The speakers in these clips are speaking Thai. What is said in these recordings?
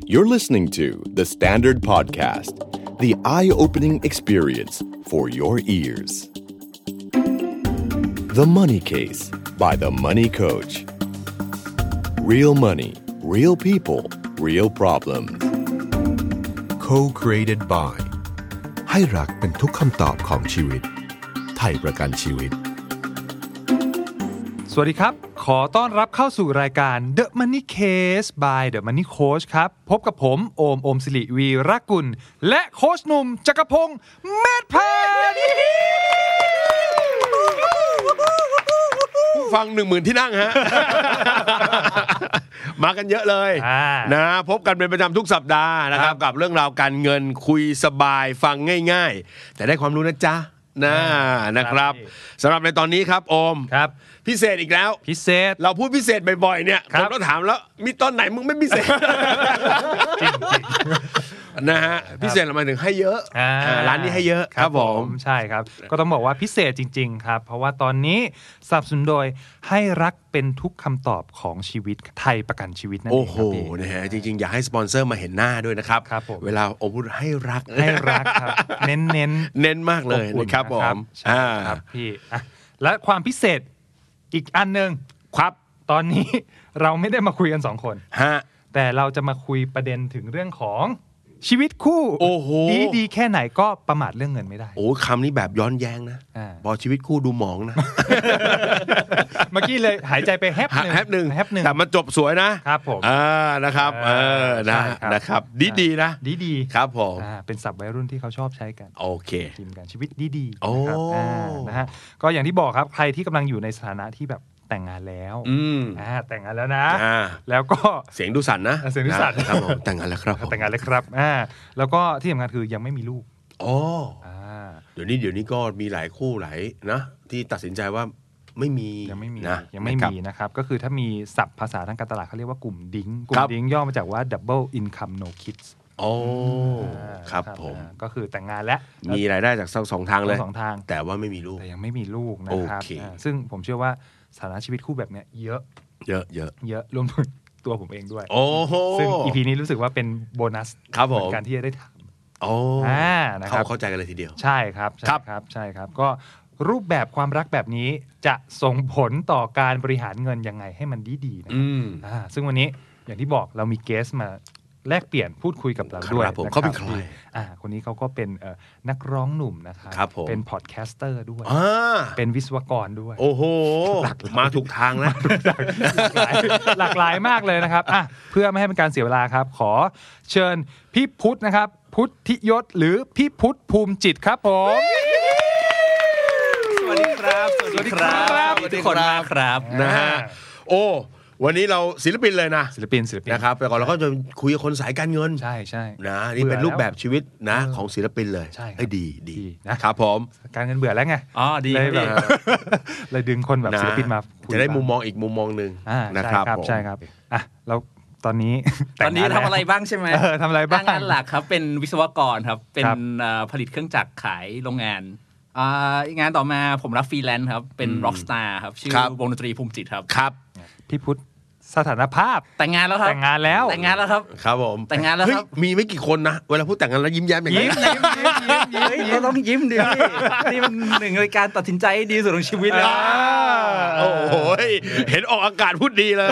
You're listening to The Standard Podcast, the eye-opening experience for your ears. The Money Case by The Money Coach. Real money, real people, real problems. Co-created by ให้รักเป็นทุกคำตอบของชีวิตไทยประกันชีวิตสวัสดีครับขอต้อนรับเข้าสู่รายการ The Money Case by The Money Coach ครับพบกับผมโอมศิริวีรกุลและโค้ชหนุ่มจักรพงษ์เมธพันธ์ผู้ฟัง 10,000 ที่นั่งฮะ มากันเยอะเลยนะพบกันเป็นประจำทุกสัปดาห์นะครับกับเรื่องราวการเงินคุยสบายฟังง่ายๆแต่ได้ความรู้นะจ๊ะนะครับสำหรับในตอนนี้ครับโอมครับพิเศษอีกแล้วพิเศษเราพูดพิเศษบ่อยๆเนี่ยผมก็ถามแล้วมีตอนไหนมึงไม่พิเศษนะฮะพิเศษหมายถึงให้เยอะร้านนี้ให้เยอะครับผมใช่ครับก็ต้องบอกว่าพิเศษจริงๆครับเพราะว่าตอนนี้สนับสนุนโดยให้รักเป็นทุกคำตอบของชีวิตไทยประกันชีวิตนั่นเองครับพี่โอ้โหนะฮะจริงๆอยากให้สปอนเซอร์มาเห็นหน้าด้วยนะครับเวลาโอพูดให้รักครับเน้นมากเลยนะครับผมครับพี่และความพิเศษอีกอันนึงครับตอนนี้เราไม่ได้มาคุยกัน2คนแต่เราจะมาคุยประเด็นถึงเรื่องของชีวิตคู่ดีแค่ไหนก็ประมาทเรื่องเงินไม่ได้โอ้คำนี้แบบย้อนแย้งนะพอชีวิตคู่ดูหมองนะเมื่อกี้เลยหายใจไปแฮปหนึ่งแต่มันจบสวยนะครับผมนะครับนะครับดีนะดีครับผมเป็นศัพท์วัยรุ่นที่เขาชอบใช้กันโอเคทีมกันชีวิตดีๆนะครับนะฮะก็อย่างที่บอกครับใครที่กำลังอยู่ในสถานะที่แบบแต่งงานแล้วแต่งงานแล้วนะแล้วก็เสียงดูสั่นนะเสียงดูสั่นครับผมแต่งงานแล้วครับแต่งงานแล้วครับแล้วก็ที่สำคัญคือยังไม่มีลูกเดี๋ยวนี้ก็มีหลายคู่หลายนะที่ตัดสินใจว่ายังไม่มีนะครับก็คือถ้ามีศัพท์ภาษาทางการตลาดเขาเรียกว่ากลุ่มดิ้งย่อมาจากว่า double income no kids ครับผมก็คือแต่งงานแล้วมีรายได้จากสองทางเลยแต่ว่าไม่มีลูกแต่ยังไม่มีลูกนะครับซึ่งผมเชื่อว่าสถานะชีวิตคู่แบบเนี้ยเยอะรวมถึงตัวผมเองด้วยซึ่ง EP นี้รู้สึกว่าเป็นโบนัสในการที่จะได้ถามนะครับเข้าใจกันเลยทีเดียวใช่ครับก็รูปแบบความรักแบบนี้จะส่งผลต่อการบริหารเงินยังไงให้มันดีๆนะครับซึ่งวันนี้อย่างที่บอกเรามีเกสมาแลกเปลี่ยนพูดคุยกับเราด้วยนะครับเขาเป็นใครคนนี้เขาก็เป็นนักร้องหนุ่มนะครับเป็นพอดแคสเตอร์ด้วยเป็นวิศวกรด้วยโอ้โหมาถูกทางแล้วหลากหลายมากเลยนะครับเพื่อไม่ให้เป็นการเสียเวลาครับขอเชิญพี่พุทธนะครับพุทธิยศหรือพี่พุทธภูมิจิตครับผมสวัสดีครับทุกคนมากครับนะฮะโอ้วันนี้เราศิลปินเลยนะศิลปินนะครับแต่ก่อนเราก็จะคุยกับคนสายการเงินใช่นะนี่เป็นรูปแบบชีวิตนะของศิลปินเลยดีนะครับผมการเงินเบื่อแล้วไงดีเลยดึงคนแบบศิลปินมาจะได้มุมมองอีกมุมมองนึงนะครับใช่ครับแล้วตอนนี้ทำอะไรบ้างใช่ไหมทำอะไรบ้างงานหลักครับเป็นวิศวกรครับเป็นผลิตเครื่องจักรขายโรงงานงานต่อมาผมรับฟรีแลนซ์ครับเป็นร็อกสตาร์ครับชื่อวงดนตรีภูมิจิตครับพี่พุทธสถานภาพแต่งงานแล้วครับแต่งงานแล้วครับครับผมแต่งงานแล้วครับมีไม่กี่คนนะเวลาพูดแต่งงานแล้วยิ้มแย้มอย่างนี้เราต้องยิ้มดินี่มันหนึ่งในการตัดสินใจดีสุดของชีวิตแล้วโอ้โหเห็นออกอากาศพูดดีเลย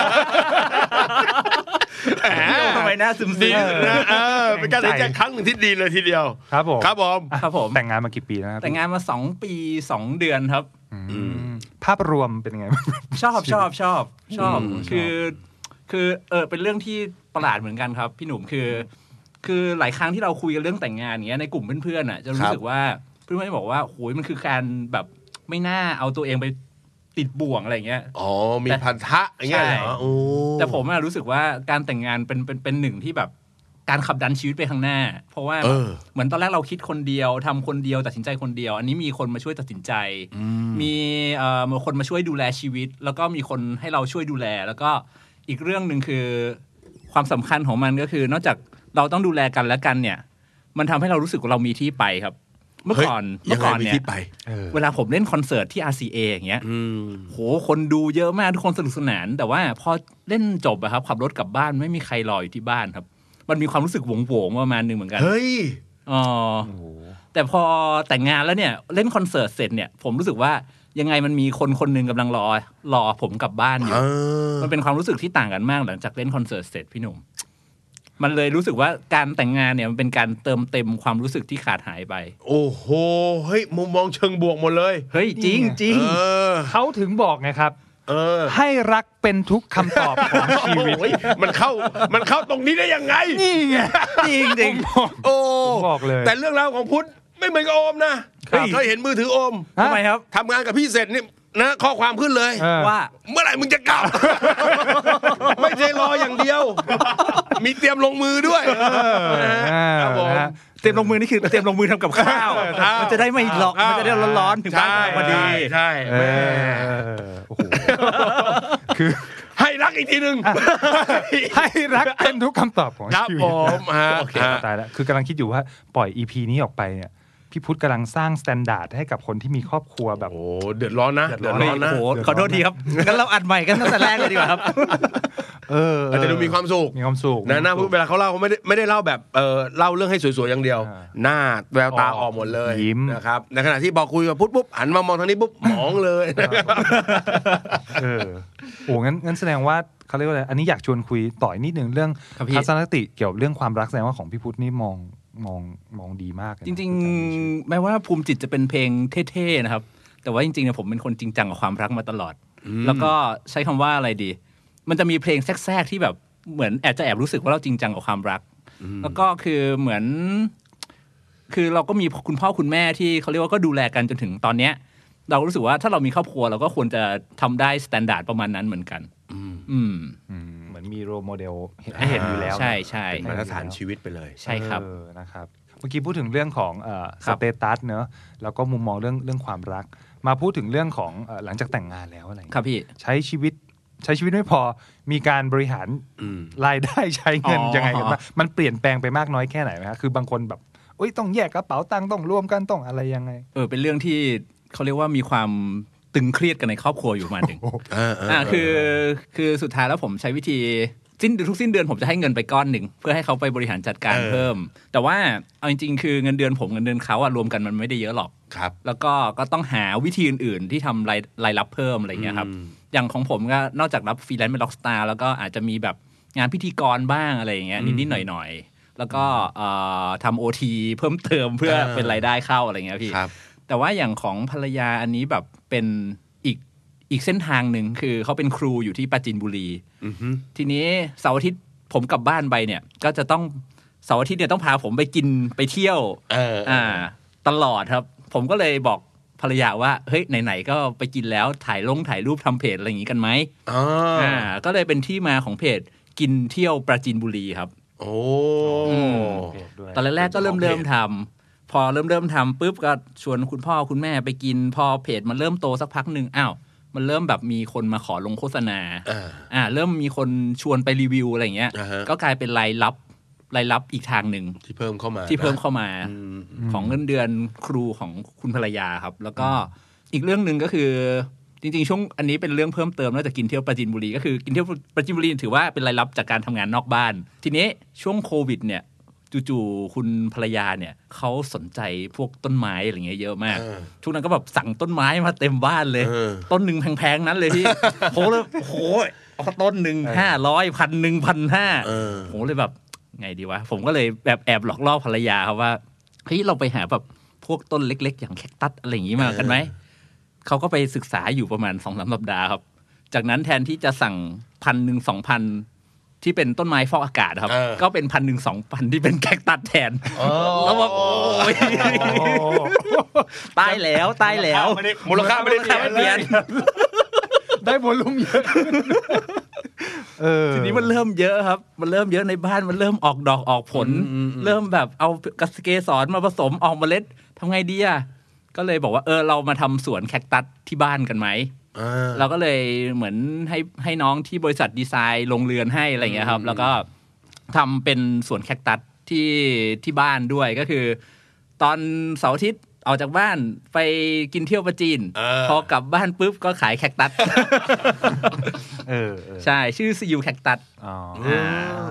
ทำไมหน้าซึมๆนะเป็นการตัดสินใจครั้งหนึ่งที่ดีเลยทีเดียวครับผมแต่งงานมากี่ปีแล้วครับแต่งงานมา2 ปี 2 เดือนครับภาพรวมเป็นไงชอบคือเป็นเรื่องที่ประหลาดเหมือนกันครับพี่หนุ่มคือหลายครั้งที่เราคุยกันเรื่องแต่งงานอย่างเงี้ยในกลุ่มเพื่อนๆอ่ะจะรู้สึกว่าเพื่อนๆบอกว่าโหยมันคือการแบบไม่น่าเอาตัวเองไปติดบ่วงอะไรอย่างเงี้ยมีพันธะอย่างเงี้ยเหรอแต่ผมรู้สึกว่าการแต่งงานเป็นหนึ่งที่แบบการขับดันชีวิตไปข้างหน้าเพราะว่าเหมือนตอนแรกเราคิดคนเดียวทำคนเดียวตัดสินใจคนเดียวอันนี้มีคนมาช่วยตัดสินใจมีคนมาช่วยดูแลชีวิตแล้วก็มีคนให้เราช่วยดูแลแล้วก็อีกเรื่องนึงคือความสำคัญของมันก็คือนอกจากเราต้องดูแลกันและกันเนี่ยมันทำให้เรารู้สึกว่าเรามีที่ไปครับเมื่อก่อนเนี่ยเวลาผมเล่นคอนเสิร์ตที่ RCA อย่างเงี้ยโหคนดูเยอะมากทุกคนสนุกสนานแต่ว่าพอเล่นจบอะครับขับรถกลับบ้านไม่มีใครรออยู่ที่บ้านครับมันมีความรู้สึกหวงๆประมาณนึงเหมือนกันเฮ้ยอ๋อแต่พอแต่งงานแล้วเนี่ยเล่นคอนเสิร์ตเสร็จเนี่ยผมรู้สึกว่ายังไงมันมีคนนึงกำลังรอผมกลับบ้านอยู่มันเป็นความรู้สึกที่ต่างกันมากหลังจากเล่นคอนเสิร์ตเสร็จพี่หนุ่มมันเลยรู้สึกว่าการแต่งงานเนี่ยมันเป็นการเติมเต็มความรู้สึกที่ขาดหายไปโอ้โหเฮ้ยมุมมองเชิงบวกหมดเลยเฮ้ยจริงจริงเขาถึงบอกไงครับให้รักเป็นทุกคำตอบของชีวิตมันเข้าตรงนี้ได้ยังไงนี่ไงจริงจริงโอ้บอกเลยแต่เรื่องราวของพุทธไม่เหมือนกับโอมนะเคยเห็นมือถือโอมทำไมครับทำงานกับพี่เสร็จนี่นะข้อความขึ้นเลยว่าเมื่อไหร่มึงจะกลับไม่ใช่รออย่างเดียวมีเตรียมลงมือด้วยครับผมเตรียมลงมือนี่คือเตรียมลงมือทำกับข้าวมันจะได้ไม่หลอกมันจะได้ร้อนๆถึงบ้านพอดีใช่โอ้โหคือให้รักอีกทีนึงให้รักเป็นทุกคำตอบของชีวิตโอเคตายแล้วคือกำลังคิดอยู่ว่าปล่อย EP นี้ออกไปเนี่ยพี่พุทธกำลังสร้างสแตนดาร์ดให้กับคนที่มีครอบครัวแบบโอ้เดือดร้อนนะโอ้โหขอโทษทีครับงั้นเราอัดใหม่กันตั้งแต่แรกเลยดีกว่าครับอาจจะดูมีความสุขนะหน้าพูดเวลาเขาเล่าเขาไม่ได้เล่าแบบเล่าเรื่องให้สวยๆอย่างเดียวหน้าแววตาออกหมดเลยยิ้มนะครับในขณะที่พอคุยกับพุทธปุ๊บหันมามองทางนี้ปุ๊บหมองเลยโอ้งั้นแสดงว่าเขาเรียกว่าอะไรอันนี้อยากชวนคุยต่อนิดนึงเรื่องทัศนคติเกี่ยวเรื่องความรักแสดงว่าของพี่พุทธนี่มองดีมากจริงๆแม้ว่าภูมิจิตจะเป็นเพลงเท่ๆนะครับแต่ว่าจริงๆเนี่ยผมเป็นคนจริงจังกับความรักมาตลอดแล้วก็ใช้คำว่าอะไรดีมันจะมีเพลงแทรกๆที่แบบเหมือนแอบรู้สึกว่าเราจริงจังกับความรักแล้วก็คือเหมือนคือเราก็มีคุณพ่อคุณแม่ที่เขาเรียกว่าก็ดูแลกันจนถึงตอนเนี้ยเรารู้สึกว่าถ้าเรามีครอบครัวเราก็ควรจะทำได้สแตนดาร์ดประมาณนั้นเหมือนกันเหมือนมีโรลโมเดลให้เห็นอยู่แล้วใช่เป็นมาตรฐานชีวิตไปเลยใช่ครับนะครับเมื่อกี้พูดถึงเรื่องของสเตตัสเนอะแล้วก็มุมมองเรื่องความรักมาพูดถึงเรื่องของหลังจากแต่งงานแล้วอะไรครับพี่ใช้ชีวิตไม่พอมีการบริหารรายได้ใช้เงินยังไงกันบ้างมันเปลี่ยนแปลงไปมากน้อยแค่ไหนไหมครับคือบางคนแบบต้องแยกกระเป๋าตังค์ต้องรวมกันต้องอะไรยังไงเป็นเรื่องที่เขาเรียกว่ามีความตึงเครียดกันในครอบครัวอยู่มาถึงคือสุดท้ายแล้วผมใช้วิธีทุกสิ้นเดือนผมจะให้เงินไปก้อนหนึ่งเพื่อให้เขาไปบริหารจัดการเพิ่มแต่ว่าเอาจริงๆคือเงินเดือนผมเงินเดือนเขารวมกันมันไม่ได้เยอะหรอกครับแล้วก็ต้องหาวิธีอื่นๆที่ทำรายรับเพิ่มอะไรเงี้ยครับอย่างของผมก็นอกจากรับฟรีแลนซ์เป็นร็อกสตาร์แล้วก็อาจจะมีแบบงานพิธีกรบ้างอะไรอย่างเงี้ยนิดๆหน่อยๆแล้วก็ทำ OT เพิ่มเติมเพื่อเป็นรายได้เข้าอะไรเงี้ยพี่แต่ว่าอย่างของภรรยาอันนี้แบบเป็นอีกเส้นทางหนึ่งคือเขาเป็นครูอยู่ที่ปราจีนบุรีทีนี้เสาร์อาทิตย์ผมกลับบ้านไปเนี่ยก็จะต้องเสาร์อาทิตย์เนี่ยต้องพาผมไปกินไปเที่ยวตลอดครับผมก็เลยบอกภรรยาว่าเฮ้ยไหนๆก็ไปกินแล้วถ่ายรูปทำเพจอะไรอย่างงี้กันไหมก็เลยเป็นที่มาของเพจกินเที่ยวปราจีนบุรีครับโอ้ตอนแรกๆก็เริ่มทำพอเริ่มทำปุ๊บก็ชวนคุณพ่อคุณแม่ไปกินพอเพจมันเริ่มโตสักพักนึงมันเริ่มแบบมีคนมาขอลงโฆษณาเริ่มมีคนชวนไปรีวิวอะไรอย่างเงี้ยก็กลายเป็นรายรับอีกทางหนึ่งที่เพิ่มเข้ามาของเงินเดือนครูของคุณภรรยาครับแล้วก็อีกเรื่องนึงก็คือจริงๆช่วงอันนี้เป็นเรื่องเพิ่มเติมนอกจากกินเที่ยวปราจีนบุรีก็คือกินเที่ยวปราจีนบุรีถือว่าเป็นรายรับจากการทำงานนอกบ้านทีนี้ช่วงโควิดเนี่ยจู่ๆคุณภรรยาเนี่ยเขาสนใจพวกต้นไม้อะไรเงี้ยเยอะมากช่วงนั้นก็แบบสั่งต้นไม้มาเต็มบ้านเลยต้นหนึ่งแพงๆนั้นเลยที่โหเลยโหต้นหนึ่ง500 1,500โหเลยแบบไงดีวะผมก็เลยแบบแอบหลอกล่อภรรยาครับว่าเฮ้ยเราไปหาแบบพวกต้นเล็กๆอย่างแคคตัสอะไรอย่างงี้มากันไหมเขาก็ไปศึกษาอยู่ประมาณ 2-3 สัปดาห์ครับจากนั้นแทนที่จะสั่ง 1,000 2,000ที่เป็นต้นไม้ฟอกอากาศครับก็เป็น 1,000 2,000ที่เป็นแคคตัสแทนแล้วแบบโอ้ยตายแล้วมูลค่าไม่ได้เปลี่ยนได้โวลุ่มเยอะทีนี้มันเริ่มเยอะครับมันเริ่มเยอะในบ้านมันเริ่มออกดอกออกผลเริ่มแบบเอากระเกสรมาผสมออกเมล็ดทำไงดีอ่ะก็เลยบอกว่าเรามาทำสวนแคคตัสที่บ้านกันไหมเราก็เลยเหมือนให้น้องที่บริษัทดีไซน์ลงเรือนให้อะไรอย่างเงี้ยครับแล้วก็ทำเป็นสวนแคคตัสที่บ้านด้วยก็คือตอนเสาร์อาทิตย์ออกจากบ้านไปกินเที่ยวปราจีนพอกลับบ้านปุ๊บก็ขายแคคตัสใช่ชื่อซียูแคคตัส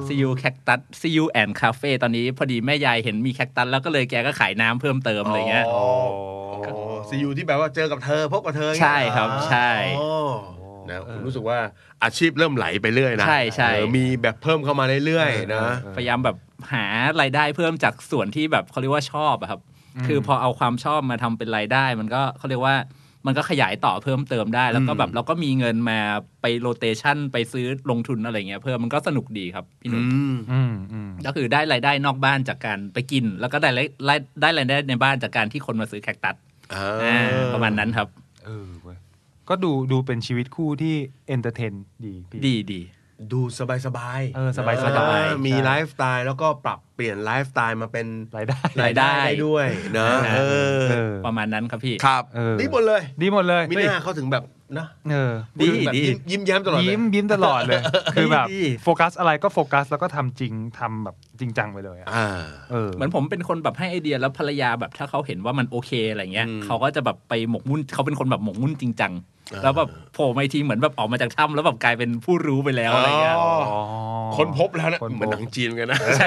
ซียูแคคตัสซียูแอนด์คาเฟ่ตอนนี้พอดีแม่ยายเห็นมีแคคตัสแล้วก็เลยแกก็ขายน้ำเพิ่มเติมอะไรเงี้ยซียูที่แบบว่าเจอกับเธอพบกับเธอใช่ครับใช่นะผมรู้สึกว่าอาชีพเริ่มไหลไปเรื่อยนะใช่มีแบบเพิ่มเข้ามาเรื่อยๆนะพยายามแบบหารายได้เพิ่มจากส่วนที่แบบเขาเรียกว่าชอบอะครับคือพอเอาความชอบมาทำเป็นรายได้มันก็เขาเรียกว่ามันก็ขยายต่อเพิ่มเติมได้แล้วก็แบบเราก็มีเงินมาไปโรเตชันไปซื้อลงทุนอะไรเงี้ยเพิ่มมันก็สนุกดีครับพี่หนุ่มก็คือได้รายได้นอกบ้านจากการไปกินแล้วก็ได้รายได้ในบ้านจากการที่คนมาซื้อแคคตัสประมาณนั้นครับก็ดูเป็นชีวิตคู่ที่เอนเตอร์เทนดีดูสบายสบายมีไลฟ์สไตล์แล้วก็ปรับเปลี่ยนไลฟ์สไตล์มาเป็นรายได้ได้ด้วยนะประมาณนั้นครับพี่ครับดีหมดเลยมิน่าเขาถึงแบบนะดียิ้มแย้มตลอดเลยยิ้มตลอดเลยคือแบบโฟกัสอะไรก็โฟกัสแล้วก็ทำจริงทำแบบจริงจังไปเลยเหมือนผมเป็นคนแบบให้ไอเดียแล้วภรรยาแบบถ้าเขาเห็นว่ามันโอเคอะไรเงี้ยเขาก็จะแบบไปหมกมุ่นเขาเป็นคนแบบหมกมุ่นจริงจังแล้วแบบโผล่มาทีเหมือนแบบออกมาจากถ้ำแล้วแบบกลายเป็นผู้รู้ไปแล้วอะไรเงี้ยคนพบแล้วนะเหมือนหนังจีนกันนะใช่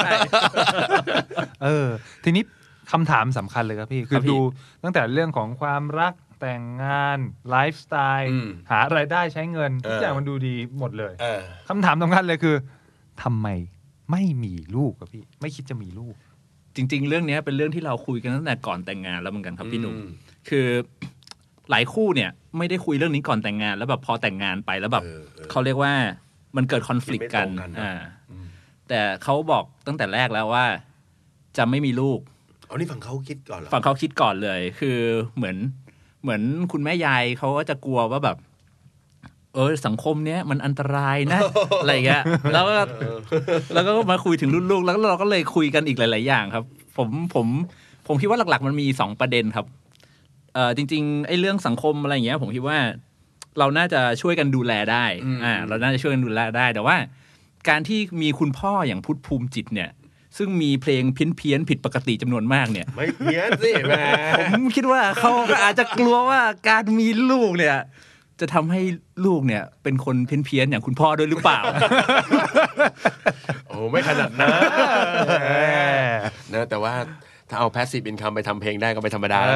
ทีนี้คำถามสำคัญเลยครับพี่คือดูตั้งแต่เรื่องของความรักแต่งงานไลฟ์สไตล์หารายได้ใช้เงินทุกอย่างมันดูดีหมดเลยคำถามสำคัญเลยคือทำไมไม่มีลูกครับพี่ไม่คิดจะมีลูกจริงๆเรื่องนี้เป็นเรื่องที่เราคุยกันตั้งแต่ก่อนแต่งงานแล้วเหมือนกันครับพี่หนุ่มคือหลายคู่เนี่ยไม่ได้คุยเรื่องนี้ก่อนแต่งงานแล้วแบบพอแต่งงานไปแล้วแบบเขาเรียกว่ามันเกิดคอนฟลิกต์กันแต่เขาบอกตั้งแต่แรกแล้วว่าจะไม่มีลูกนี่ฝั่งเขาคิดก่อนเหรอฝั่งเขาคิดก่อนเลยคือเหมือนคุณแม่ยายเขาก็จะกลัวว่าแบบสังคมเนี้ยมันอันตรายนะอะไรเงี้ยแล้วก็มาคุยถึงรุ่นลูกแล้วเราก็เลยคุยกันอีกหลายๆอย่างครับผมคิดว่าหลักๆมันมี2ประเด็นครับจริงๆไอ้เรื่องสังคมอะไรอย่างเงี้ยผมคิดว่าเราน่าจะช่วยกันดูแลได้เราน่าจะช่วยกันดูแลได้แต่ว่าการที่มีคุณพ่ออย่างพุทธภูมิจิตเนี่ยซึ่งมีเพลงเพี้ยนผิดปกติจำนวนมากเนี่ยไม่เพี้ยนสิแม่ผมคิดว่าเขาอาจจะกลัวว่าการมีลูกเนี่ยจะทำให้ลูกเนี่ยเป็นคนเพี้ยนอย่างคุณพ่อด้วยหรือเปล่าโอ้ไม่ขนาดนั้นนะแต่ว่าถ้าเอา passive income ไปทำเพลงได้ก็ไม่ธรรมดา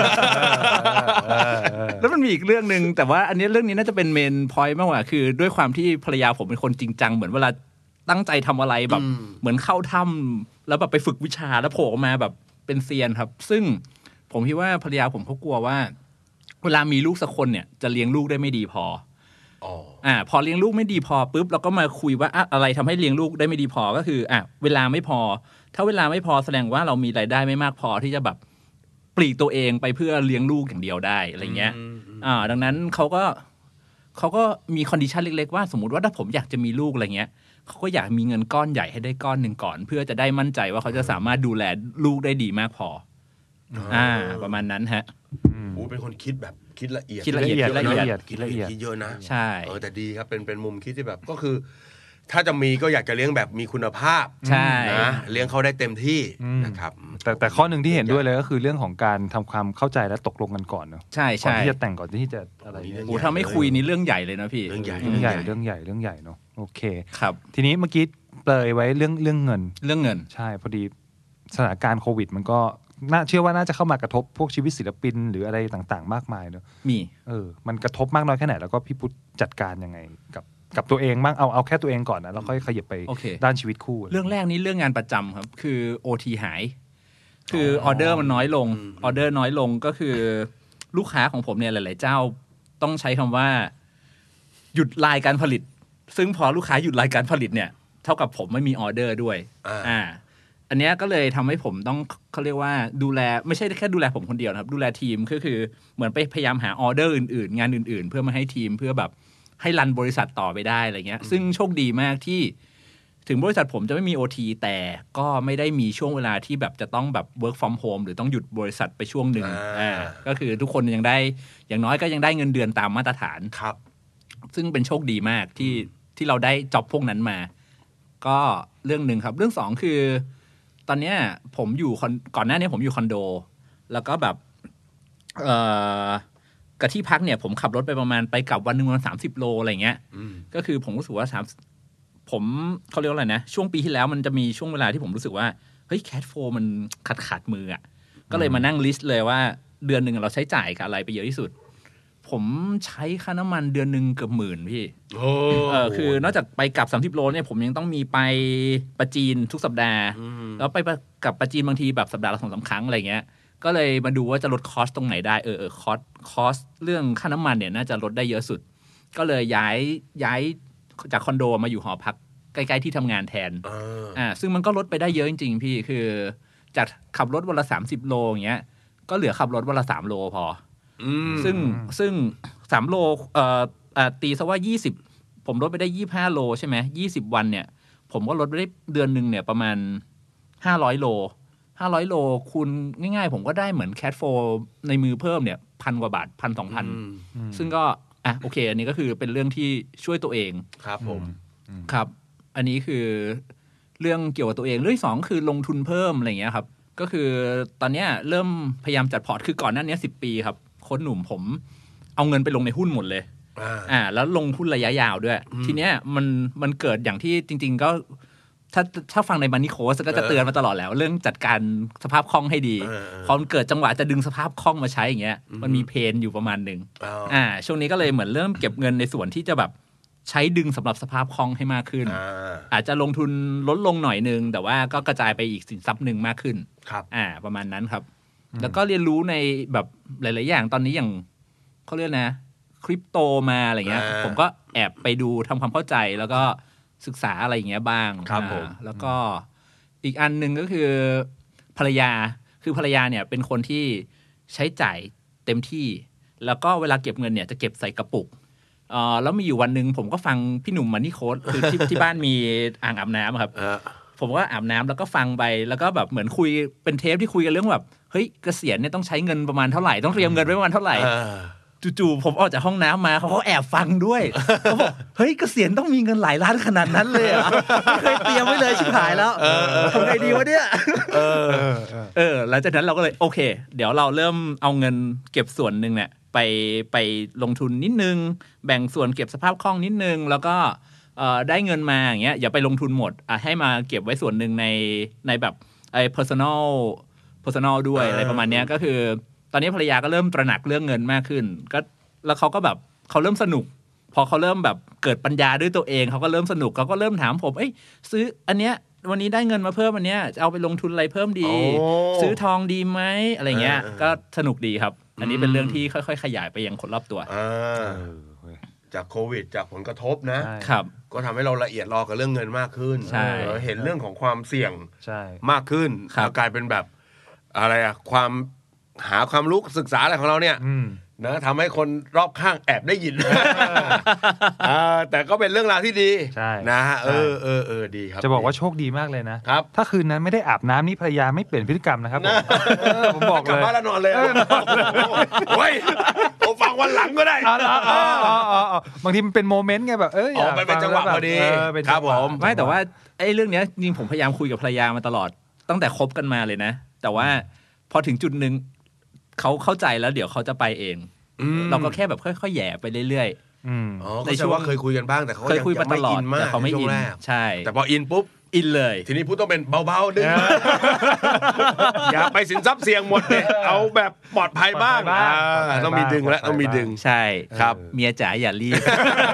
แล้วมันมีอีกเรื่องนึงแต่ว่าอันนี้เรื่องนี้น่าจะเป็นเมนพอยต์มากกว่าคือด้วยความที่ภรรยาผมเป็นคนจริงจังเหมือนเวลาตั้งใจทำอะไรแบบเหมือนเข้าถ้ำแล้วแบบไปฝึกวิชาแล้วโผล่ออกมาแบบเป็นเซียนครับซึ่งผมคิดว่าภรรยาผมเขากลัวว่าเวลามีลูกสักคนเนี่ยจะเลี้ยงลูกได้ไม่ดีพอพอเลี้ยงลูกไม่ดีพอปุ๊บเราก็มาคุยว่าอะไรทำให้เลี้ยงลูกได้ไม่ดีพอก็คือเวลาไม่พอถ้าเวลาไม่พอแสดงว่าเรามีรายได้ไม่มากพอที่จะแบบปลีกตัวเองไปเพื่อเลี้ยงลูกอย่างเดียวได้อะไรเงี้ยดังนั้นเขาก็มีคอนดิชันเล็กๆว่าสมมุติว่าถ้าผมอยากจะมีลูกอะไรเงี้ยเขาก็อยากมีเงินก้อนใหญ่ให้ได้ก้อนหนึ่งก่อนเพื่อจะได้มั่นใจว่าเขาจะสามารถดูแลลูกได้ดีมากพอประมาณนั้นฮะเป็นคนคิดแบบคิดละเอียดคิดละเอียดเยอะนะใช่แต่ดีครับเป็นมุมคิดที่แบบก็คือถ้าจะมีก็อยากจะเลี้ยงแบบมีคุณภาพใช่นะเลี้ยงเขาได้เต็มที่นะครับแต่ข้อหนึ่งที่เห็นด้วยเลยก็คือเรื่องของการทำความเข้าใจและตกลงกันก่อนเนอะใช่ก่อนที่จะแต่งก่อนที่จะอะไรถ้าไม่คุยนี่เรื่องใหญ่เลยนะพี่เรื่องใหญ่เนาะโอเคครับทีนี้เมื่อกี้เปรยไว้เรื่องเงินใช่พอดีสถานการณ์โควิดมันก็เชื่อว่าน่าจะเข้ามากระทบพวกชีวิตศิลปินหรืออะไรต่างๆมากมายเนอะมันกระทบมากน้อยแค่ไหนแล้วก็พี่พุทธจัดการยังไงกับตัวเองบ้างเอาแค่ตัวเองก่อนนะแล้วค่อยขยับไปด้านชีวิตคู่เรื่องแรกนี้เรื่องงานประจำครับคือ OT หายคือออเดอร์มันน้อยลงออเดอร์น้อยลงก็คือลูกค้าของผมเนี่ยหลายๆเจ้าต้องใช้คำว่าหยุดรายการผลิตซึ่งพอลูกค้าหยุดรายการผลิตเนี่ยเท่ากับผมไม่มีออเดอร์ด้วยอันนี้ก็เลยทำให้ผมต้องเขาเรียกว่าดูแลไม่ใช่แค่ดูแลผมคนเดียวนะครับดูแลทีมก็คือเหมือนไปพยายามหาออเดอร์อื่นๆงานอื่นๆเพื่อมาให้ทีมเพื่อแบบให้รันบริษัทต่อไปได้อะไรเงี้ยซึ่งโชคดีมากที่ถึงบริษัทผมจะไม่มี OT แต่ก็ไม่ได้มีช่วงเวลาที่แบบจะต้องแบบ work from home หรือต้องหยุดบริษัทไปช่วงหนึ่งก็คือทุกคนยังได้อย่างน้อยก็ยังได้เงินเดือนตามมาตรฐานครับซึ่งเป็นโชคดีมากที่เราได้จ็อบพวกนั้นมาก็เรื่องนึงครับเรื่องสองคือตอนเนี้ยผมอยู่ก่อนหน้านี้ผมอยู่คอนโดแล้วก็แบบกับที่พักเนี่ยผมขับรถไปประมาณไปกลับวันนึงประมาณ30 โลอะไรเงี้ยก็คือผมรู้สึกว่าผมเขาเรียกว่าอะไรนะช่วงปีที่แล้วมันจะมีช่วงเวลาที่ผมรู้สึกว่าเฮ้ยแคชโฟลมันขาดมืออ่ะก็เลยมานั่งลิสต์เลยว่าเดือนนึงเราใช้จ่ายกับอะไรไปเยอะที่สุดผมใช้ค่าน้ำมันเดือนนึงเกือบ10,000พี่คือนอกจากไปกลับ30โลเนี่ยผมยังต้องมีไปประจีนทุกสัปดาห์แล้วไปกับประจีนบางทีแบบสัปดาห์ละ 2-3 ครั้งอะไรเงี้ยก็เลยมาดูว่าจะลดคอสตรงไหนได้คอสเรื่องค่าน้ำมันเนี่ยน่าจะลดได้เยอะสุดก็เลยย้ายจากคอนโดมาอยู่หอพักใกล้ๆที่ทำงานแทนซึ่งมันก็ลดไปได้เยอะจริงๆพี่คือจากขับรถวันละ30โลอย่างเงี้ยก็เหลือขับรถวันละ3โลพอซึ่ง3โลตีซะว่า20ผมลดไปได้25โลใช่ไหม20วันเนี่ยผมก็ลดไปได้เดือนนึงเนี่ยประมาณ500โล500โลคูณง่ายๆผมก็ได้เหมือนแคชโฟลในมือเพิ่มเนี่ย1,000 กว่าบาท 1,000-2,000 ซึ่งก็โอเคอันนี้ก็คือเป็นเรื่องที่ช่วยตัวเองครับผมครับอันนี้คือเรื่องเกี่ยวกับตัวเองเรื่องที่2คือลงทุนเพิ่มอะไรอย่างเงี้ยครับก็คือตอนนี้เริ่มพยายามจัดพอร์ตคือก่อนหน้านี้10ปีครับโค้ชหนุ่มผมเอาเงินไปลงในหุ้นหมดเลยแล้วลงหุ้นระยะยาวด้วยทีเนี้ยมันเกิดอย่างที่จริงๆก็ถ้าฟังในมันนี่โค้ชก็จะเตือนมาตลอดแล้วเรื่องจัดการสภาพคล่องให้ดีพอมันเกิดจังหวะจะดึงสภาพคล่องมาใช้อย่างเงี้ยมันมีเพนอยู่ประมาณนึงช่วงนี้ก็เลยเหมือนเริ่มเก็บเงินในส่วนที่จะแบบใช้ดึงสำหรับสภาพคล่องให้มากขึ้นอาจจะลงทุนลดลงหน่อยนึงแต่ว่าก็กระจายไปอีกสินทรัพย์นึงมากขึ้นครับประมาณนั้นครับแล้วก็เรียนรู้ในแบบหลายๆอย่างตอนนี้อย่างเขาเรียกนะคริปโตมาอะไรเงี้ยผมก็แอบไปดูทำความเข้าใจแล้วก็ศึกษาอะไรอย่างเงี้ยบ้างครับผมแล้วก็อีกอันนึงก็คือภรรยาเนี่ยเป็นคนที่ใช้จ่ายเต็มที่แล้วก็เวลาเก็บเงินเนี่ยจะเก็บใส่กระปุกแล้วมีอยู่วันนึงผมก็ฟังพี่หนุ่มมันนี่โค้ชคือที่บ้านมีอ่างอาบน้ำครับผมก็อาบน้ำแล้วก็ฟังไปแล้วก็แบบเหมือนคุยเป็นเทปที่คุยกันเรื่องแบบเฮ้ยเกษียณเนี่ยต้องใช้เงินประมาณเท่าไหร่ต้องเตรียมเงินไว้ประมาณเท่าไหร่จู่ๆผมออกจากห้องน้ำมาเขาแอบฟังด้วยเขาบอกเฮ้ยเกษียณต้องมีเงินหลายล้านขนาดนั้นเลยเหรอไม่เคยเตรียมไว้เลยชิบหายแล้วทำไงดีวะเนี่ยหลังจากนั้นเราก็เลยโอเคเดี๋ยวเราเริ่มเอาเงินเก็บส่วนนึงเนี่ยไปลงทุนนิดนึงแบ่งส่วนเก็บสภาพคล่องนิดนึงแล้วก็ได้เงินมาอย่างเงี้ยอย่าไปลงทุนหมดให้มาเก็บไว้ส่วนนึงในแบบpersonal ด้วยอะไรประมาณเนี้ยก็คือตอนนี้ภรรยาก็เริ่มตระหนักเรื่องเงินมากขึ้นก็แล้วเขาก็แบบเขาเริ่มสนุกพอเขาเริ่มแบบเกิดปัญญาด้วยตัวเองเขาก็เริ่มสนุกเขาก็เริ่มถามผมซื้ออันเนี้ยวันนี้ได้เงินมาเพิ่มอันเนี้ยจะเอาไปลงทุนอะไรเพิ่มดีซื้อทองดีไหมอะไรเงี้ยก็สนุกดีครับอันนี้เป็นเรื่องที่ค่อยๆขยายไปยังคนรอบตัวจากโควิดจากผลกระทบนะครับก็ทำให้เราละเอียดรอกับเรื่องเงินมากขึ้นเห็นเรื่องของความเสี่ยงมากขึ้นกลายเป็นแบบอะไรความหาความรู้ศึกษาอะไรของเราเนี่ยนะทำให้คนรอบข้างแอบได้ยินแต่ก็เป็นเรื่องราวที่ดีนะดีครับจะบอกว่าโชคดีมากเลยนะครับถ้าคืนนั้นไม่ได้อาบน้ำนี่ภรรยาไม่เปลี่ยนพฤติกรรมนะครับผมบอกเลยกลับบ้านแล้วนอนเลยโอ้ยผมฟังวันหลังก็ได้บางทีมันเป็นโมเมนต์ไงแบบไปเป็นจังหวะพอดีครับผมไม่แต่ว่าไอ้เรื่องนี้จริงผมพยายามคุยกับภรรยามาตลอดตั้งแต่คบกันมาเลยนะแต่ว่าพอถึงจุดนึงเขาเข้าใจแล้วเดี๋ยวเขาจะไปเองเราก็แค่แบบค่อยๆแย่ไปเรื่อยๆในช่วงเคยคุยกันบ้างแต่เขายังไม่อินมากเขาไม่อินใช่แต่พออินปุ๊บอินเลยทีนี้พูดต้องเป็นเบาๆดึงอย่าไปสินทรัพย์เสี่ยงหมดเลยเอาแบบปลอดภัยบ้างต้องมีดึงแล้วต้องมีดึงใช่ครับเมียจ๋าอย่ารีบ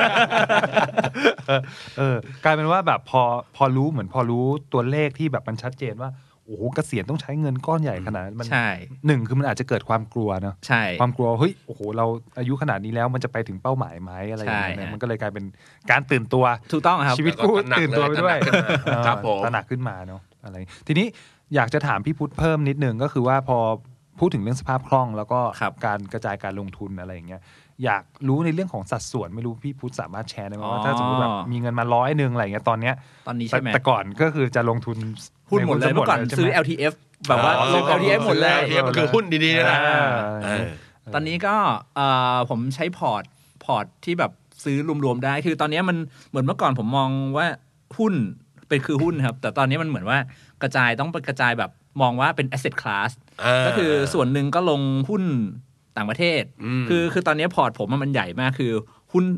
กลายเป็นว่าแบบพอรู้เหมือนพอรู้ตัวเลขที่แบบมันชัดเจนว่าโอ้โหเกษียณต้องใช้เงินก้อนใหญ่ขนาดนั้นมันหนึ่งคือมันอาจจะเกิดความกลัวเนาะความกลัวเฮ้ยโอ้โหเราอายุขนาดนี้แล้วมันจะไปถึงเป้าหมายไหมอะไรอย่างเงี้ยมันก็เลยกลายเป็นการตื่นตัวถูกต้องครับชีวิตคู่ตื่นตัวไปด้วยครับผมตระหนักขึ้นมาเนาะอะไรทีนี้อยากจะถามพี่พุทธเพิ่มนิดนึงก็คือว่าพอพูดถึงเรื่องสภาพคล่องแล้วก็การกระจายการลงทุนอะไรอย่างเงี้ยอยากรู้ในเรื่องของสัดส่วนไม่รู้พี่พุทธสามารถแชร์ได้ไหมว่าถ้าสมมติแบบมีเงินมา100อะไรอย่างเงี้ยตอนนี้ใช่ไหมแต่ก่อนก็คือจะลงทุนหุ้นหมดเลยเมื่อก่อนซื้อ LTF แบบว่าลง LTF หมดเลย LTF ก็คือหุ้นดีๆนะตอนนี้ก็ผมใช้พอร์ตที่แบบซื้อรวมๆได้คือตอนนี้มันเหมือนเมื่อก่อนผมมองว่าหุ้นเป็นคือหุ้นครับแต่ตอนนี้มันเหมือนว่ากระจายต้องกระจายแบบมองว่าเป็น asset class ก็คือส่วนหนึ่งก็ลงหุ้นต่างประเทศคือตอนนี้พอร์ตผมมันใหญ่มากคือหุ้น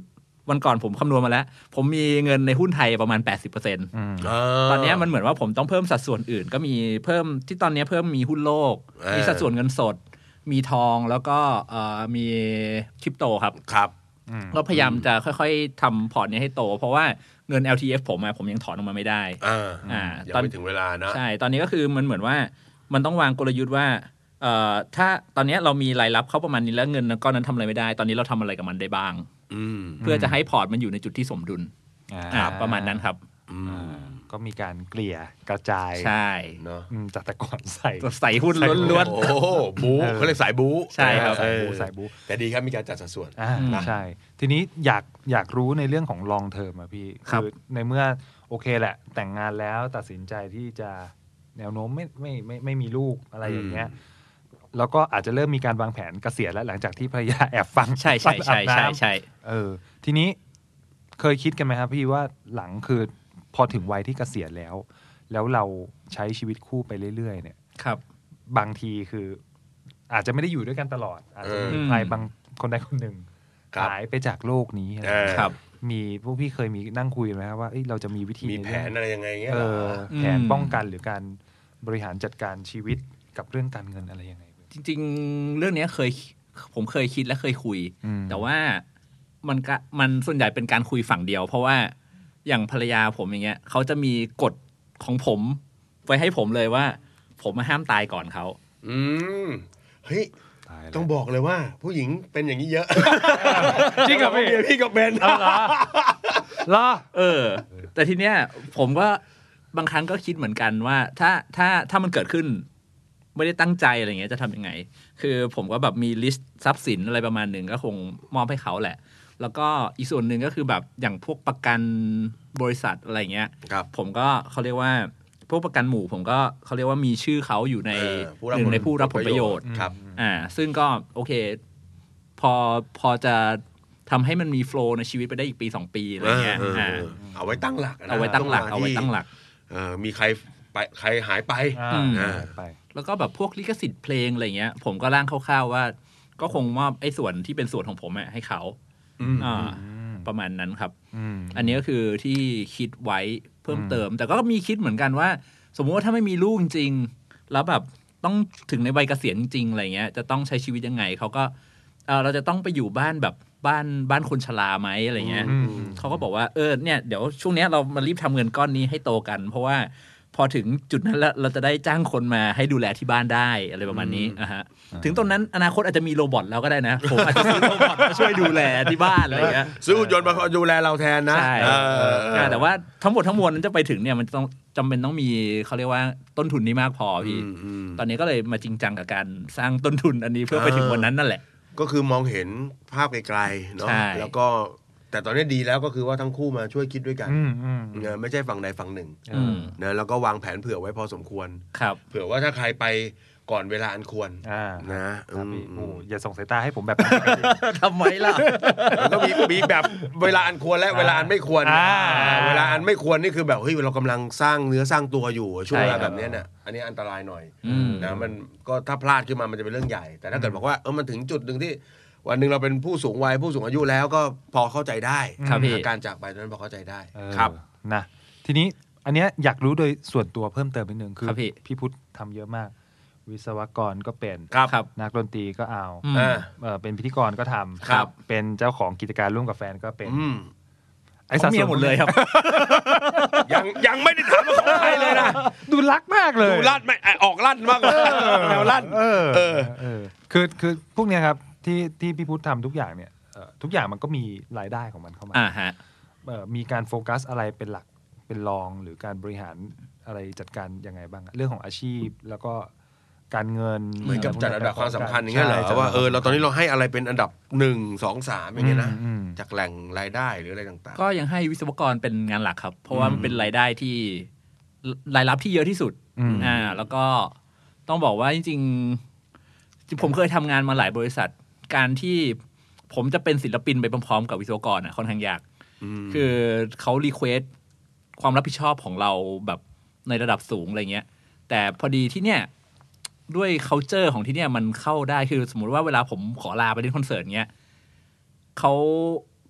วันก่อนผมคำนวณมาแล้วผมมีเงินในหุ้นไทยประมาณ 80%ตอนนี้มันเหมือนว่าผมต้องเพิ่มสัดส่วนอื่นก็มีเพิ่มที่ตอนนี้เพิ่มมีหุ้นโลกมีสัดส่วนเงินสดมีทองแล้วก็มีคริปโตครับก็พยายามจะค่อยๆทำพอร์ตนี้ให้โตเพราะว่าเงิน LTF ผมยังถอนออกมาไม่ได้ยังไม่ถึงเวลานะใช่ตอนนี้ก็คือมันเหมือนว่ามันต้องวางกลยุทธ์ว่าถ้าตอนนี้เรามีรายรับเข้าประมาณนี้แล้วเงินก้อนนั้นทำอะไรไม่ได้ตอนนี้เราทำอะไรกับมันได้บ้างเพื่อจะให้พอร์ตมันอยู่ในจุดที่สมดุลประมาณนั้นครับก็มีการเกลี่ยกระจายใช่เนาะจากแต่ก่อนใส่หุ้นล้วนๆโอ้บู๊เขาเรียกสายบู๊ใช่ครับสายบู๊แต่ดีครับมีการจัดสัดส่วนใช่ทีนี้อยากรู้ในเรื่องของ long term อ่ะพี่คือในเมื่อโอเคแหละแต่งงานแล้วตัดสินใจที่จะแนวโน้มไม่มีลูกอะไรอย่างเงี้ยแล้วก็อาจจะเริ่มมีการวางแผนเกษียณแล้วหลังจากที่ภรรยาแอบฟังใช่ทีนี้เคยคิดกันไหมครับพี่ว่าหลังคือพอถึงวัยที่เกษียณแล้วเราใช้ชีวิตคู่ไปเรื่อยๆเนี่ยครับบางทีคืออาจจะไม่ได้อยู่ด้วยกันตลอดอาจจะมีใครบางคนใดคนหนึ่งหายไปจากโลกนี้ครับมีพวกพี่เคยมีนั่งคุยไหมครับว่าเราจะมีวิธีมีแผนอะไรยังไงเงี้ยแผนป้องกันหรือการบริหารจัดการชีวิตกับเรื่องการเงินอะไรยังไงจริงๆเรื่องนี้ผมเคยคิดและเคยคุยแต่ว่ามันส่วนใหญ่เป็นการคุยฝั่งเดียวเพราะว่าอย่างภรรยาผมอย่างเงี้ยเขาจะมีกฎของผมไว้ให้ผมเลยว่าผมห้ามตายก่อนเขาเฮ้ยต้องบอกเลยว่าผู้หญิงเป็นอย่างนี้เยอะจริงกับพี่ก็เป็นเหรอแต่ทีเนี้ยผมก็บางครั้งก็คิดเหมือนกันว่าถ้ามันเกิดขึ้นไม่ได้ตั้งใจอะไรเงี้ยจะทำยังไงคือผมก็แบบมีลิสต์ทรัพย์สินอะไรประมาณหนึ่งก็คงมอบให้เขาแหละแล้วก็อีกส่วนหนึ่งก็คือแบบอย่างพวกประกันบริษัทอะไรเงี้ยผมก็เขาเรียกว่าพวกประกันหมู่ผมก็เขาเรียกว่ามีชื่อเขาอยู่ในหนึ่งในผู้รับผลประโยชน์ซึ่งก็โอเคพอจะทำให้มันมีโฟลว์ในชีวิตไปได้อีกปี2ปีอะไรเงี้ยเอาไว้ตั้งหลักเอาไว้ตั้งหลักมีใครหายไปแล้วก็แบบพวกลิขสิทธิ์เพลงอะไรเงี้ยผมก็ร่างคร่าวๆว่าก็คงมอบไอ้ส่วนที่เป็นส่วนของผมให้เขาประมาณนั้นครับอันนี้ก็คือที่คิดไว้เพิ่มเติมแต่ก็มีคิดเหมือนกันว่าสมมุติว่าถ้าไม่มีลูกจริงแล้วแบบต้องถึงในวัยเกษียณจริงอะไรเงี้ยจะต้องใช้ชีวิตยังไงเขาก็เราจะต้องไปอยู่บ้านแบบบ้านคนชราไหมอะไรเงี้ยเขาก็บอกว่าเนี่ยเดี๋ยวช่วงนี้เรามารีบทำเงินก้อนนี้ให้โตกันเพราะว่าพอถึงจุดนั้นแล้วเราจะได้จ้างคนมาให้ดูแลที่บ้านได้อะไรประมาณนี้ถึงตรงนั้นอนาคตอาจจะมีโรบอทแล้วก็ได้นะผมอาจจะซื้อโรบอทมาช่วยดูแลที่บ้านอะไรเงี้ยซื้อหุ่นยนต์มาดูแลเราแทนนะใช่แต่ว่าทั้งหมดทั้งมวลนั้นจะไปถึงเนี่ยมันต้องจำเป็นต้องมีเขาเรียกว่าต้นทุนนี้มากพอพี่ตอนนี้ก็เลยมาจริงจังกับการสร้างต้นทุนอันนี้เพื่อไปถึงวันนั้นนั่นแหละก็คือมองเห็นภาพไกลๆเนาะแล้วก็แต่ตอนนี้ดีแล้วก็คือว่าทั้งคู่มาช่วยคิดด้วยกันไม่ใช่ฝั่งใดฝั่งหนึ่งนะแล้วก็วางแผนเผื่อไว้พอสมควรเผื่อว่าถ้าใครไปก่อนเวลาอันควรนะอย่าส่งสายตาให้ผมแบบทำไมล่ะก็มีแบบเวลาอันควรและเวลาอันไม่ควรเวลาอันไม่ควรนี่คือแบบเฮ้ยเรากำลังสร้างเนื้อสร้างตัวอยู่ช่วงเวลาแบบนี้เนี่ยอันนี้อันตรายหน่อยนะมันก็ถ้าพลาดขึ้นมามันจะเป็นเรื่องใหญ่แต่ถ้าเกิดบอกว่ามันถึงจุดนึงที่วันหนึ่งเราเป็นผู้สูงวัยผู้สูงอายุแล้วก็พอเข้าใจได้การจากไปนั้นพอเข้าใจได้ครับนะทีนี้อันเนี้ยอยากรู้โดยส่วนตัวเพิ่มเติมนิดนึงคือพี่พุทธทำเยอะมากวิศวกรก็เป็นนักดนตรีก็เอาเป็นพิธีกรก็ทำเป็นเจ้าของกิจการร่วมกับแฟนก็เป็นไอ้สัดส่วนหมดเลยครับยังไม่ได้ถามว่าของใครเลยนะดูรักมากเลยดูลั่นไม่ออกลั่นมากแนวลั่นคือพวกเนี้ยครับที่พี่พุทธทำทุกอย่างเนี่ยทุกอย่างมันก็มีรายได้ของมันเข้ามามีการโฟกัสอะไรเป็นหลักเป็นรองหรือการบริหารอะไรจัดการยังไงบ้างเรื่องของอาชีพแล้วก็การเงินเหมือนกับจัดอันดับความสำคัญอย่างเงี้ยเหรอว่าเราตอนนี้เราให้อะไรเป็นอันดับ1 2 3อย่างเงี้ยนะจากแหล่งรายได้หรืออะไรต่างๆก็ยังให้วิศวกรเป็นงานหลักครับเพราะว่ามันเป็นรายได้ที่รายรับที่เยอะที่สุดแล้วก็ต้องบอกว่าจริงๆผมเคยทำงานมาหลายบริษัทการที่ผมจะเป็นศิลปินไปพร้อมๆกับวิศวกรค่อนข้างยากคือเขารีเควสความรับผิดชอบของเราแบบในระดับสูงอะไรเงี้ยแต่พอดีที่เนี่ยด้วย culture ของที่เนี่ยมันเข้าได้คือสมมุติว่าเวลาผมขอลาไปเล่นคอนเสิร์ตเงี้ยเขา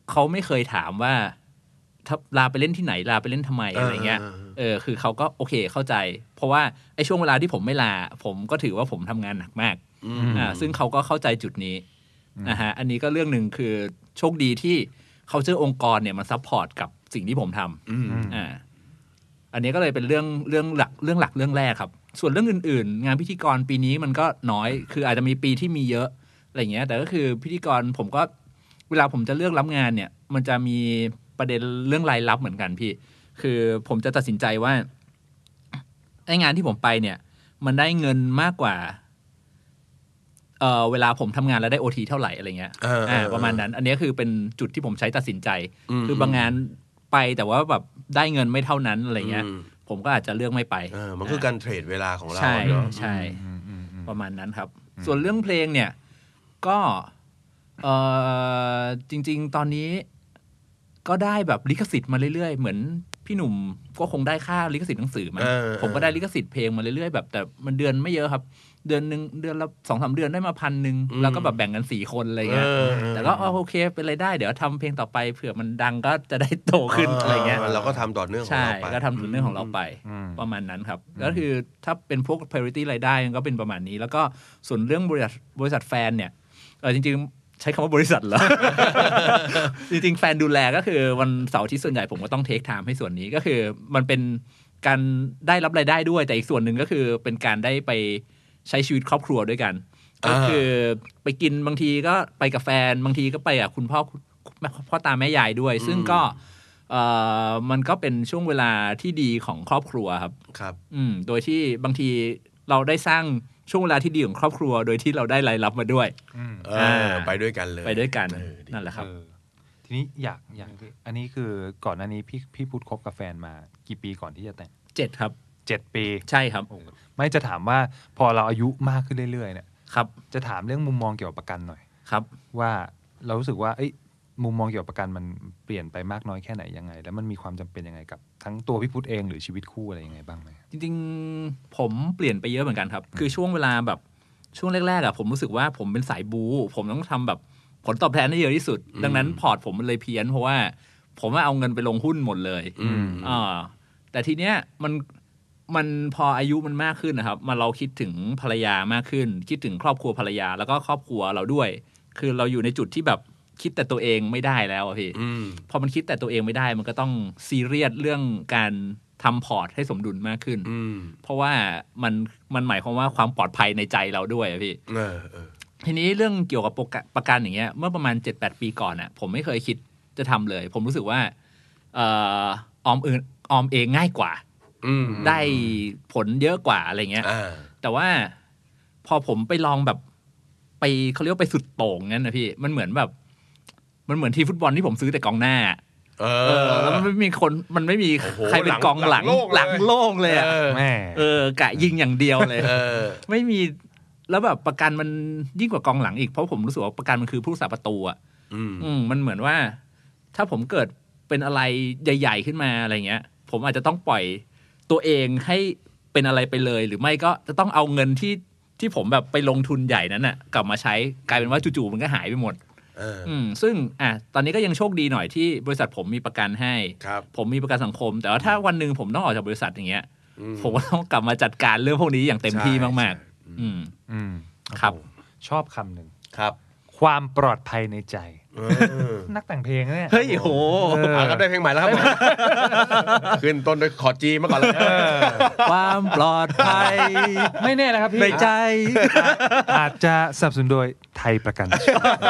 เขาไม่เคยถามว่าถ้าลาไปเล่นที่ไหนลาไปเล่นทำไมอะไรเงี้ยคือเขาก็โอเคเข้าใจเพราะว่าไอ้ช่วงเวลาที่ผมไม่ลาผมก็ถือว่าผมทำงานหนักมากซึ่งเขาก็เข้าใจจุดนี้นะฮะอันนี้ก็เรื่องหนึ่งคือโชคดีที่เขาเจอองค์กรเนี่ยมันซัพพอร์ตกับสิ่งที่ผมทำอันนี้ก็เลยเป็นเรื่องหลักเรื่องแรกครับส่วนเรื่องอื่นๆงานพิธีกรปีนี้มันก็น้อยคืออาจจะมีปีที่มีเยอะอะไรเงี้ยแต่ก็คือพิธีกรผมก็เวลาผมจะเลือกรับงานเนี่ยมันจะมีประเด็นเรื่องรายรับเหมือนกันพี่คือผมจะตัดสินใจว่าไอ้งานที่ผมไปเนี่ยมันได้เงินมากกว่าเวลาผมทำงานแล้วได้ OT เท่าไหร่อะไรเงี้ยประมาณนั้นอันนี้คือเป็นจุดที่ผมใช้ตัดสินใจคือบางงานไปแต่ว่าแบบได้เงินไม่เท่านั้นอะไรเงี้ยผมก็อาจจะเลือกไม่ไปมันคือการเทรดเวลาของเราใช่ประมาณนั้นครับส่วนเรื่องเพลงเนี่ยก็จริงๆตอนนี้ก็ได้แบบลิขสิทธิ์มาเรื่อยๆเหมือนพี่หนุ่มก็คงได้ค่าลิขสิทธิ์หนังสือมาผมก็ได้ลิขสิทธิ์เพลงมาเรื่อยๆแบบแต่มันเดือนไม่เยอะครับเดือนละ 2-3 เดือนได้มา 1,000 แล้วก็แบบแบ่งกัน4คนอะไรเงี้ยแต่ก็โอเคเป็นไรได้เดี๋ยวทำเพลงต่อไปเผื่อมันดังก็จะได้โตขึ้นอะไรเงี้ยเราก็ทำต่อเนื่องของเราไปก็ทำต่อเนื่องของเราไปประมาณนั้นครับก็คือถ้าเป็นพวก priority รายได้ก็เป็นประมาณนี้แล้วก็ส่วนเรื่องบริษัทแฟนเนี่ยจริงๆใช้คำว่าบริษัทเหรอ จริงๆแฟนดูแลก็คือวันเสาร์ที่ส่วนใหญ่ผมก็ต้องเทคไทม์ให้ส่วนนี้ก็คือมันเป็นการได้รับรายได้ด้วยแต่อีกส่วนหนึ่งก็คือเป็นการได้ไปใช้ชีวิตครอบครัวด้วยกันก็คือไปกินบางทีก็ไปกับแฟนบางทีก็ไปกับคุณพ่อตาแม่ยายด้วยซึ่งก็มันก็เป็นช่วงเวลาที่ดีของครอบครัวครับโดยที่บางทีเราได้สร้างช่วงเวลาที่ดีของครอบครัวโดยที่เราได้รายรับมาด้วยไปด้วยกันเลยไปด้วยกันนั่นแหละครับทีนี้อยากอันนี้คือก่อนหน้านี้พี่พูดคบกับแฟนมากี่ปีก่อนที่จะแต่ง 7ครับ 7 ปีใช่ครับไม่จะถามว่าพอเราอายุมากขึ้นเรื่อยๆเนี่ยครับจะถามเรื่องมุมมองเกี่ยวกับประกันหน่อยครับว่าเรารู้สึกว่ามุมมองเกี่ยวกับประกันมันเปลี่ยนไปมากน้อยแค่ไหนยังไงแล้วมันมีความจำเป็นยังไงกับทั้งตัวพี่พุทธเองหรือชีวิตคู่อะไรยังไงบ้างไหมจริงๆผมเปลี่ยนไปเยอะเหมือนกันครับคือช่วงเวลาแบบช่วงแรกๆผมรู้สึกว่าผมเป็นสายบู๊ผมต้องทำแบบผลตอบแทนได้เยอะที่สุดดังนั้นพอร์ตผมมันเลยเพี้ยนเพราะว่าผมเอาเงินไปลงหุ้นหมดเลยแต่ทีเนี้ยมันพออายุมันมากขึ้นนะครับเราคิดถึงภรรยามากขึ้นคิดถึงครอบครัวภรรยาแล้วก็ครอบครัวเราด้วยคือเราอยู่ในจุดที่แบบคิดแต่ตัวเองไม่ได้แล้วพี่พอมันคิดแต่ตัวเองไม่ได้มันก็ต้องซีเรียสเรื่องการทำพอร์ตให้สมดุลมากขึ้นเพราะว่ามันหมายความว่าความปลอดภัยในใจเราด้วยพี่ทีนี้เรื่องเกี่ยวกับประกันอย่างเงี้ยเมื่อประมาณ 7-8 ปีก่อนผมไม่เคยคิดจะทำเลยผมรู้สึกว่าออมเองง่ายกว่าได้ผลเยอะกว่าอะไรเงี้ยแต่ว่าพอผมไปลองแบบไปเขาเรียกว่าไปสุดโต่งงั้นนะพี่มันเหมือนทีมฟุตบอลที่ผมซื้อแต่กองหน้าแล้วมันไม่มีใครเป็นกองหลังโล่งเลยแม่กะยิงอย่างเดียวเลยไม่มีแล้วแบบประกันมันยิ่งกว่ากองหลังอีกเพราะผมรู้สึกว่าประกันมันคือผู้รักษาประตูมันเหมือนว่าถ้าผมเกิดเป็นอะไรใหญ่ๆขึ้นมาอะไรเงี้ยผมอาจจะต้องปล่อยตัวเองให้เป็นอะไรไปเลยหรือไม่ก็จะต้องเอาเงินที่ผมแบบไปลงทุนใหญ่นั้นกลับมาใช้กลายเป็นว่าจู่ๆมันก็หายไปหมดซึ่งตอนนี้ก็ยังโชคดีหน่อยที่บริษัทผมมีประกันให้ผมมีประกันสังคมแต่ว่าถ้าวันหนึ่งผมต้องออกจากบริษัทอย่างเงี้ยผมก็ต้องกลับมาจัดการเรื่องพวกนี้อย่างเต็มที่มากๆครับชอบคำหนึ่งครับความปลอดภัยในใจนักแต่งเพลงเนี่ยเฮ้ยโหก็ได้เพลงใหม่แล้วครับขึ้นต้นด้วยขอจีมาก่อนเลยความปลอดภัยไม่แน่นะครับพี่ในใจอาจจะสนับสนุนโดยไทยประกัน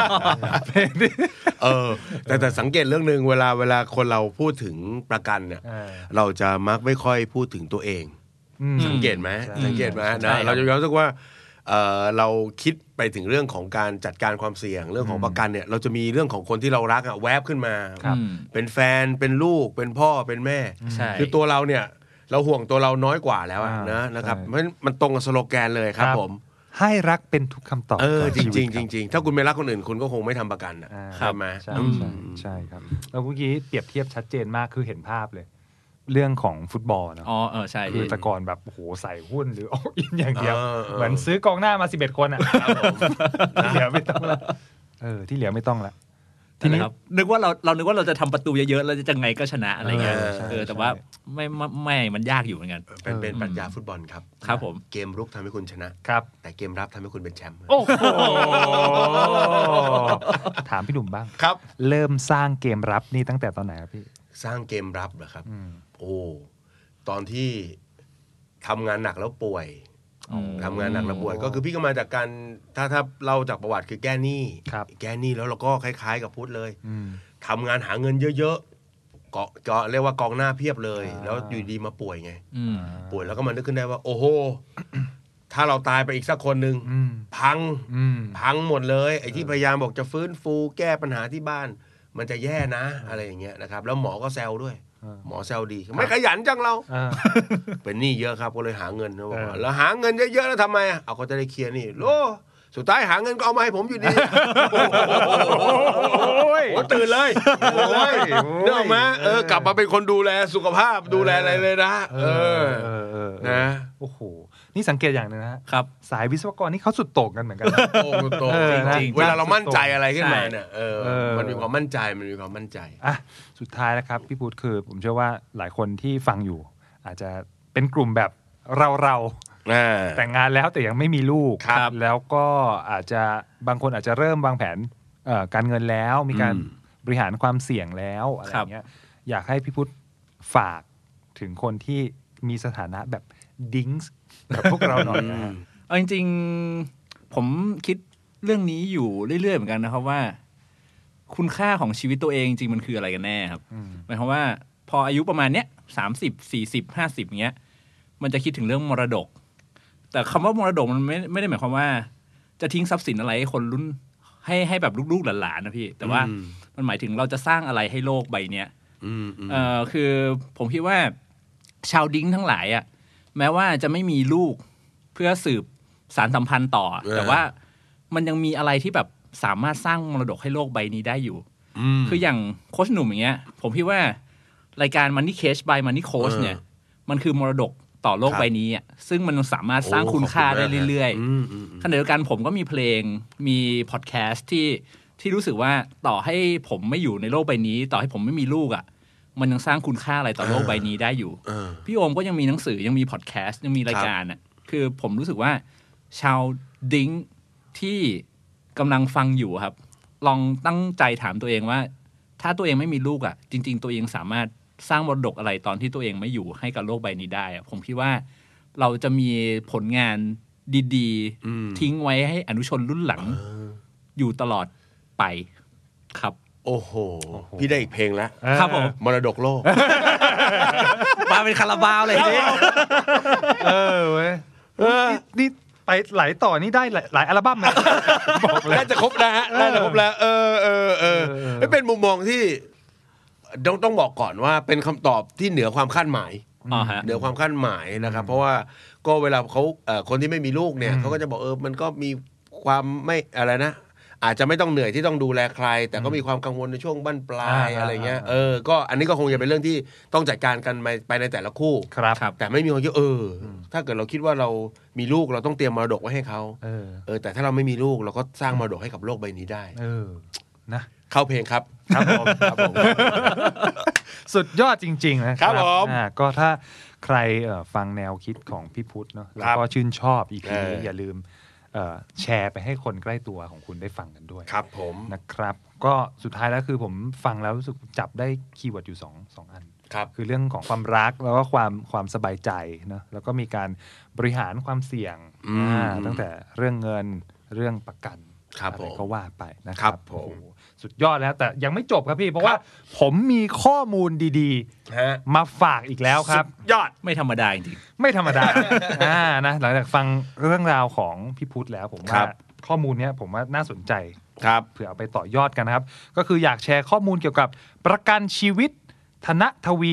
แต่สังเกตเรื่องนึงเวลาคนเราพูดถึงประกันเนี่ยเราจะมักไม่ค่อยพูดถึงตัวเองสังเกตไหมนะเราจะรู้สึกว่าเราคิดไปถึงเรื่องของการจัดการความเสี่ยงเรื่องของประกันเนี่ยเราจะมีเรื่องของคนที่เรารักแวบขึ้นมาเป็นแฟนเป็นลูกเป็นพ่อเป็นแม่คือตัวเราเนี่ยเราห่วงตัวเราน้อยกว่าแล้วนะครับเพราะมันตรงกับสโลแกนเลยครับผมให้รักเป็นทุกคำตอบจริงถ้าคุณไม่รักคนอื่นคุณก็คงไม่ทำประกันใช่ไหมใช่ครับแล้วเมื่อกี้เปรียบเทียบชัดเจนมากคือเห็นภาพเลยเรื่องของฟุตบอลนะใช่คือแต่ก่อนแบบโอ้โหใส่หุ้นหรือออกอินอย่างเดียวเหมือนซื้อกองหน้ามา11 คนที่เหลือไม่ต้องละที่เหลือไม่ต้องละทีนี้นึกว่าเรานึกว่าเราจะทำประตูเยอะๆแล้วจะไงก็ชนะอะไรเงี้ยแต่ว่าไม่มันยากอยู่เหมือนกันเป็นปรัชญาฟุตบอลครับครับผมเกมรุกทำให้คุณชนะแต่เกมรับทำให้คุณเป็นแชมป์โอ้โหถามพี่หนุ่มบ้างครับเริ่มสร้างเกมรับนี่ตั้งแต่ตอนไหนครับพี่สร้างเกมรับเหรอครับโอ้ตอนที่ทำงานหนักแล้วป่วยทำงานหนักแล้วป่วยก็คือพี่ก็มาจากการถ้าเล่าจากประวัติคือแก้หนี้แล้วเราก็คล้ายๆกับพุทธเลยทำงานหาเงินเยอะๆก็เรียกว่ากองหน้าเพียบเลยแล้วอยู่ดีมาป่วยไงป่วยแล้วก็มานึกขึ้นได้ว่าโอ้โหถ้าเราตายไปอีกสักคนนึงพังหมดเลยไอ้ที่พยายามบอกจะฟื้นฟูแก้ปัญหาที่บ้านมันจะแย่นะอะไรอย่างเงี้ยนะครับแล้วหมอก็แซวด้วยหมอแซวดีไม่ขยันจังเราเป็นหนี้เยอะครับก็เลยหาเงินนะบอกแล้วหาเงินเยอะๆแล้วทำไมเอาก็จะได้เคลียร์หนี้โลสุดท้ายหาเงินก็เอามาให้ผมอยู่ดีโอ้ตื่นเลยเนี่ยออกมากลับมาเป็นคนดูแลสุขภาพดูแลอะไรเลยนะนะโอ้โหนี่สังเกตอย่างนึงนะครับสายวิศวกรนี่เขาสุดโต่งกันเหมือนกันโต่งจริงๆเวลาเรามั่นใจอะไรขึ้นมาเนี่ยมันมีความมั่นใจอ่ะสุดท้ายนะครับพี่พุทธคือผมเชื่อว่าหลายคนที่ฟังอยู่อาจจะเป็นกลุ่มแบบเราแต่งงานแล้วแต่ยังไม่มีลูกแล้วก็อาจจะบางคนอาจจะเริ่มวางแผนการเงินแล้วมีการบริหารความเสี่ยงแล้วอะไรอย่างเงี้ยอยากให้พี่พุทธฝากถึงคนที่มีสถานะแบบดิ้งส์แบบพวกเราหน่อยนะเอาจริงๆผมคิดเรื่องนี้อยู่เรื่อยๆเหมือนกันนะครับว่าคุณค่าของชีวิตตัวเองจริงมันคืออะไรกันแน่ครับหมายความว่าพออายุประมาณเนี้ย30 40 50เงี้ยมันจะคิดถึงเรื่องมรดกแต่คำว่ามรดกมันไม่ได้หมายความว่าจะทิ้งทรัพย์สินอะไรให้คนรุ่นให้แบบลูกๆหลานๆนะพี่แต่ว่ามันหมายถึงเราจะสร้างอะไรให้โลกใบเนี้ยคือผมคิดว่าชาวดิ้งทั้งหลายอ่ะแม้ว่าจะไม่มีลูกเพื่อสืบสารสัมพันธ์ต่อแต่ว่ามันยังมีอะไรที่แบบสามารถสร้างมรดกให้โลกใบนี้ได้อยู่คืออย่างโค้ชหนุ่มอย่างเงี้ยผมคิดว่ารายการ Money Case by Money Coach เนี่ยมันคือมรดกต่อโลกใบนี้อ่ะซึ่งมันสามารถสร้างคุณค่าได้เรื่อยๆขณะเดียวกันผมก็มีเพลงมีพอดแคสต์ที่รู้สึกว่าต่อให้ผมไม่อยู่ในโลกใบนี้ต่อให้ผมไม่มีลูกอ่ะมันยังสร้างคุณค่าอะไรต่อโลกใบนี้ได้อยู่พี่โอมก็ยังมีหนังสือยังมีพอดแคสต์ยังมีรายการอ่ะคือผมรู้สึกว่าชาวดิ้งที่กำลังฟังอยู่ครับลองตั้งใจถามตัวเองว่าถ้าตัวเองไม่มีลูกอ่ะจริงๆตัวเองสามารถสร้างมรดกอะไรตอนที่ตัวเองไม่อยู่ให้กับโลกใบนี้ได้ผมคิดว่าเราจะมีผลงานดีๆทิ้งไว้ให้อนุชนรุ่นหลังอยู่ตลอดไปครับโอ้โหพี่ได้อีกเพลงแล้วครับผมมรดกโลกมาเป็นคาราบาวเลยนี่เว้ยนี่ไปไหลต่อนี่ได้หลายอัลบั้มนะบอกเลยน่าจะครบนะฮะน่าจะครบแล้วไม่เป็นมุมมองที่ต้องบอกก่อนว่าเป็นคำตอบที่เหนือความคาดหมายเหนือความคาดหมายนะครับเพราะว่าก็เวลาเขาคนที่ไม่มีลูกเนี่ยเขาก็จะบอกมันก็มีความไม่อะไรนะอาจจะไม่ต้องเหนื่อยที่ต้องดูแลใครแต่ก็มีความกังวลในช่วงบั้นปลายอะไรเงี้ยก็อันนี้ก็คงจะเป็นเรื่องที่ต้องจัดการกันไปในแต่ละคู่ครับแต่ไม่มีคนคิดถ้าเกิดเราคิดว่าเรามีลูกเราต้องเตรียมมรดกไว้ให้เขาแต่ถ้าเราไม่มีลูกเราก็สร้างมรดกให้กับโลกใบนี้ได้นะเข้าเพลงครับสุดยอดจริงๆนะครับก็ถ้าใครฟังแนวคิดของพี่พุทธเนาะแล้วก็ชื่นชอบอีกทีอย่าลืมแชร์ไปให้คนใกล้ตัวของคุณได้ฟังกันด้วยครับผมนะครับก็สุดท้ายแล้วคือผมฟังแล้วรู้สึกจับได้คีย์เวิร์ดอยู่2อันคือเรื่องของความรักแล้วก็ความสบายใจนะแล้วก็มีการบริหารความเสี่ยงตั้งแต่เรื่องเงินเรื่องประกันอะไรก็ว่าไปนะครับผมสุดยอดแล้วแต่ยังไม่จบครับพี่เพราะว่าผมมีข้อมูลดีๆมาฝากอีกแล้วครับยอดไม่ธรรมดาจริงไม่ธรรมดานะหลังจากฟังเรื่องราวของพี่พุทธแล้วผมว่าข้อมูลนี้ผมว่าน่าสนใจเผื่อเอาไปต่อยอดกันนะครับก็คืออยากแชร์ข้อมูลเกี่ยวกับประกันชีวิตธนทวี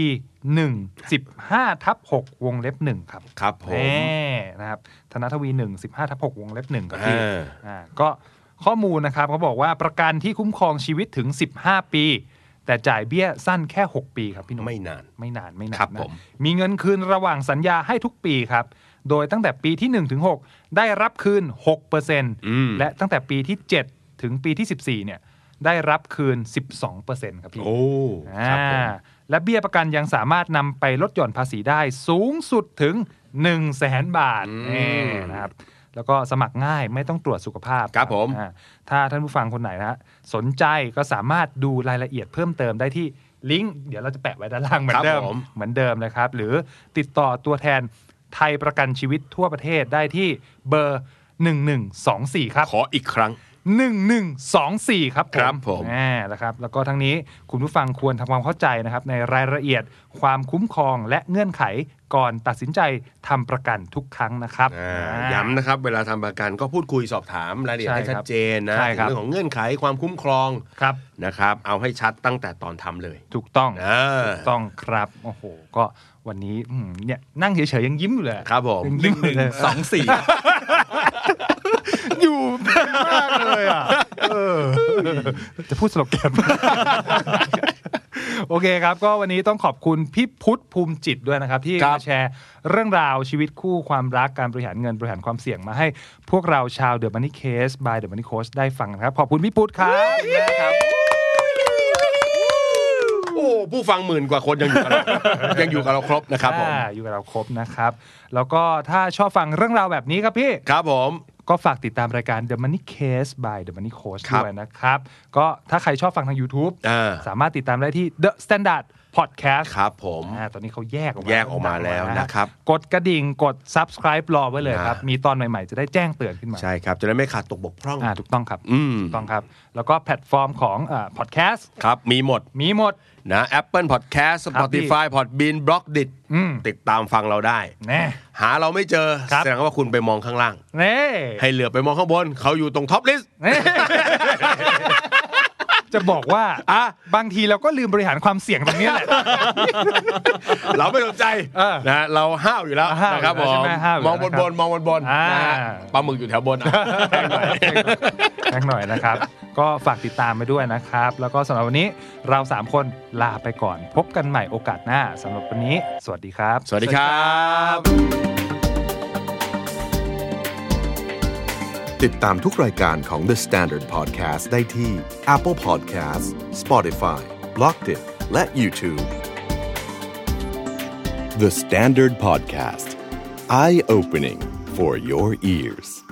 115/6วงเล็บ1ครับครับผมนะครับธนทวี115/6วงเล็บ1ครับพี่ก็ข้อมูลนะครับเขาบอกว่าประกันที่คุ้มครองชีวิตถึง15ปีแต่จ่ายเบี้ยสั้นแค่6ปีครับพี่หนุ่มไม่นานครับผมมีเงินคืนระหว่างสัญญาให้ทุกปีครับโดยตั้งแต่ปีที่1ถึง6ได้รับคืน 6% และตั้งแต่ปีที่7ถึงปีที่14เนี่ยได้รับคืน 12% ครับพี่โอ้ครับผมและเบี้ยประกันยังสามารถนำไปลดหย่อนภาษีได้สูงสุดถึง 100,000 บาทนะครับแล้วก็สมัครง่ายไม่ต้องตรวจสุขภาพครับผมถ้าท่านผู้ฟังคนไหนนะสนใจก็สามารถดูรายละเอียดเพิ่มเติมได้ที่ลิงก์เดี๋ยวเราจะแปะไว้ด้านล่างเหมือนเดิมนะครับหรือติดต่อตัวแทนไทยประกันชีวิตทั่วประเทศได้ที่เบอร์1124ครับขออีกครั้ง 1124ครับผมนะครับแล้วก็ทั้งนี้คุณผู้ฟังควรทำความเข้าใจนะครับในรายละเอียดความคุ้มครองและเงื่อนไขก่อนตัดสินใจทำประกันทุกครั้งนะครับย้ำนะครับเวลาทำประกันก็พูดคุยสอบถามรายละเอียดให้ชัดเจนนะเรื่องของเงื่อนไขความคุ้มครองนะครับเอาให้ชัดตั้งแต่ตอนทำเลยถูกต้องครับโอ้โหก็วันนี้เนี่ยนั่งเฉยๆยังยิ้มอยู่เลยครับผม 1124 อยู่มากเลยอ่ะจะพูดสโลแกนโอเคครับก็วันนี้ต้องขอบคุณพี่พุทธภูมิจิตด้วยนะครับที่มาแชร์เรื่องราวชีวิตคู่ความรักการบริหารเงินบริหารความเสี่ยงมาให้พวกเราชาว The Money Case by The Money Coach ได้ฟังนะครับขอบคุณพี่พุทธครับโอ้ผู้ฟังหมื่นกว่าคนยังอยู่กับเรายังอยู่กับเราครบนะครับผมอยู่กับเราครบนะครับแล้วก็ถ้าชอบฟังเรื่องราวแบบนี้ครับพี่ครับผมก็ฝากติดตามรายการ The Money Case by The Money Coach ด้วยนะครับก็ถ้าใครชอบฟังทาง YouTube สามารถติดตามได้ที่ The Standard Podcast ครับผมตอนนี้เขาแยกออกมาแล้วนะครับกดกระดิ่งกด Subscribe รอไว้เลยครับมีตอนใหม่ๆจะได้แจ้งเตือนขึ้นมาใช่ครับจะได้ไม่ขาดตกบกพร่องถูกต้องครับถูกต้องครับแล้วก็แพลตฟอร์มของPodcast ครับมีหมดนะ Apple Podcast Spotify Podbean Blogdit ติดตามฟังเราได้หาเราไม่เจอแสดงว่าคุณไปมองข้างล่างให้เหลือไปมองข้างบนเขาอยู่ตรงท็อปลิสต์จะบอกว่าบางทีเราก็ลืมบริหารความเสี่ยงตรงนี้แหละเราไม่สนใจนะเราห้าวอยู่แล้วนะครับผมมองบนนะฮะปลาหมึกอยู่แถวบนแพงหน่อยนะครับก็ฝากติดตามไปด้วยนะครับแล้วก็สำหรับวันนี้เรา3คนลาไปก่อนพบกันใหม่โอกาสหน้าสำหรับวันนี้สวัสดีครับสวัสดีครับติดตามทุกรายการของ The Standard Podcast ได้ที่ Apple Podcast, Spotify, Blogdit และ YouTube The Standard Podcast Eye Opening for your ears